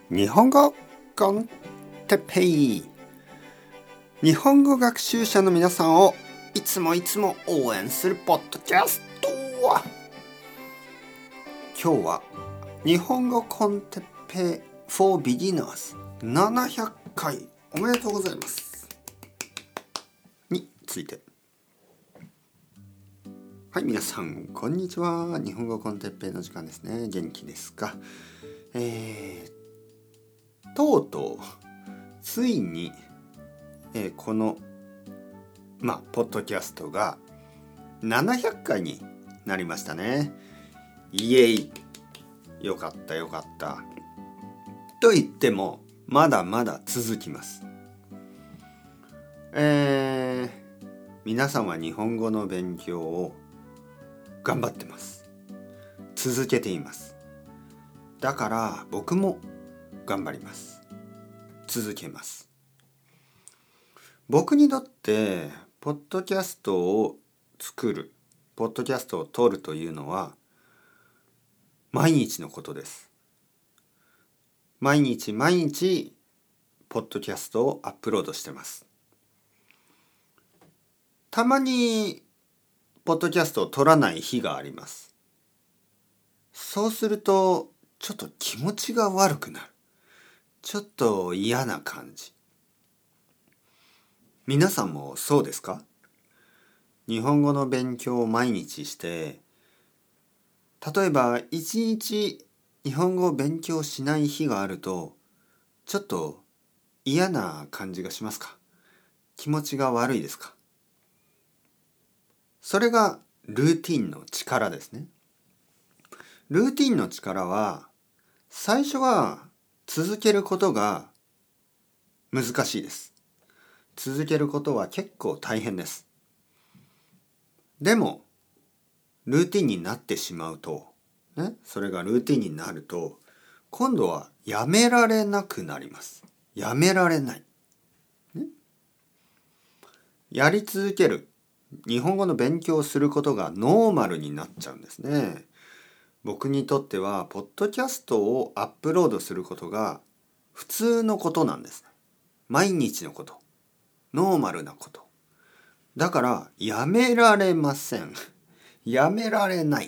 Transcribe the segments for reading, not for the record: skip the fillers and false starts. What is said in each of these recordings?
日本語コンテッペイ。日本語学習者の皆さんをいつも応援するポッドキャスト。今日は日本語コンテッペイ for beginners 700回おめでとうございますについて。はい、皆さんこんにちは。日本語コンテッペイの時間ですね。元気ですか？とうとうついに、このポッドキャストが700回になりましたね。イエイ、よかったと言ってもまだまだ続きます。皆さんは日本語の勉強を頑張ってます。続けています。だから僕も頑張ります。続けます。僕にとってポッドキャストを作る、ポッドキャストを撮るというのは毎日のことです。毎日ポッドキャストをアップロードしてます。たまにポッドキャストを撮らない日があります。そうするとちょっと気持ちが悪くなる。ちょっと嫌な感じ。皆さんもそうですか？日本語の勉強を毎日して、例えば一日日本語を勉強しない日があると、ちょっと嫌な感じがしますか？気持ちが悪いですか？それがルーティンの力ですね。ルーティンの力は、最初は続けることが難しいです。続けることは結構大変です。でもルーティンになってしまうと、それがルーティンになると、今度はやめられなくなります。やめられない。やり続ける。日本語の勉強をすることがノーマルになっちゃうんですね。僕にとっては、ポッドキャストをアップロードすることが普通のことなんです。毎日のこと。ノーマルなこと。だから、やめられません。やめられない。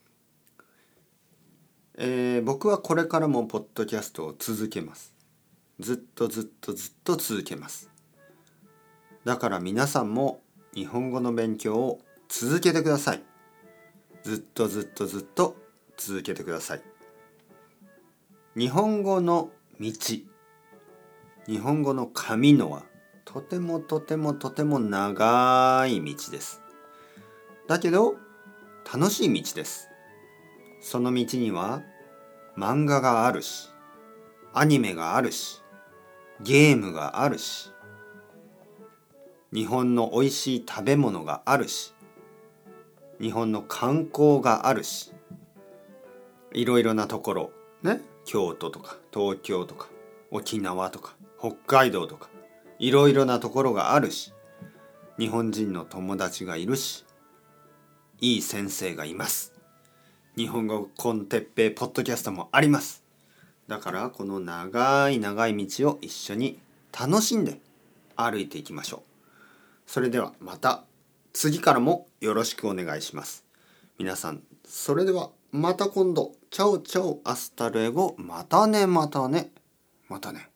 僕はこれからもポッドキャストを続けます。ずっと続けます。だから皆さんも日本語の勉強を続けてください。ずっと続けてください。日本語の道、日本語の神のはとても長い道です。だけど楽しい道です。その道には漫画があるし、アニメがあるし、ゲームがあるし、日本の美味しい食べ物があるし、日本の観光があるし、いろいろなところ、京都とか東京とか沖縄とか北海道とかいろいろなところがあるし、日本人の友達がいるし、いい先生がいます。日本語コンテッペイポッドキャストもあります。だからこの長い道を一緒に楽しんで歩いていきましょう。それではまた次からもよろしくお願いします。皆さん、それではまた今度。チャオアスタルエゴ。またね。